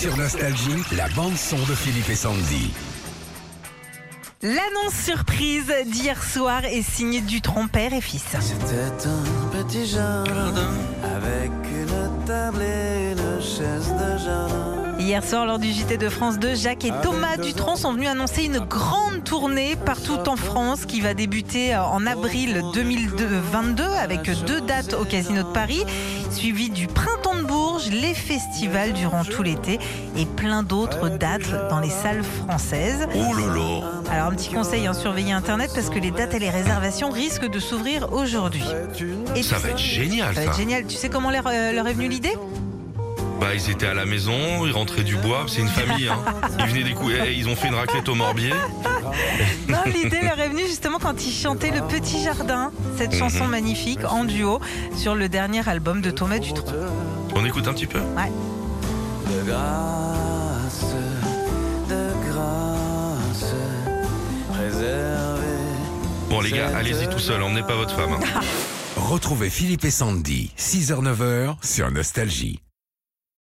Sur Nostalgie, la bande-son de Philippe et Sandy. L'annonce surprise d'hier soir est signée Dutronc, père et fils. C'était un petit jardin avec une table et une chaise de jardin. Hier soir, lors du JT de France 2, Jacques et Thomas Dutronc sont venus annoncer une grande tournée partout en France qui va débuter en avril 2022 avec 2 dates au Casino de Paris, suivies du Printemps de Bourges, les festivals durant tout l'été et plein d'autres dates dans les salles françaises. Oh là là. Alors un petit conseil, surveillez Internet parce que les dates et les réservations risquent de s'ouvrir aujourd'hui. Et Ça va être génial, ça va ça. être génial. Tu sais comment leur est venue l'idée ? Bah, ils étaient à la maison, ils rentraient du bois, c'est une famille, hein. Ils venaient ils ont fait une raclette au morbier. Non, l'idée leur est venue justement quand ils chantaient Le Petit Jardin, cette chanson magnifique en duo sur le dernier album de Thomas Dutronc. On écoute un petit peu. Ouais. De grâce, préservée. Bon les gars, allez-y tout seul, emmenez pas votre femme. Hein. Retrouvez Philippe et Sandy, 6h-9h sur Nostalgie.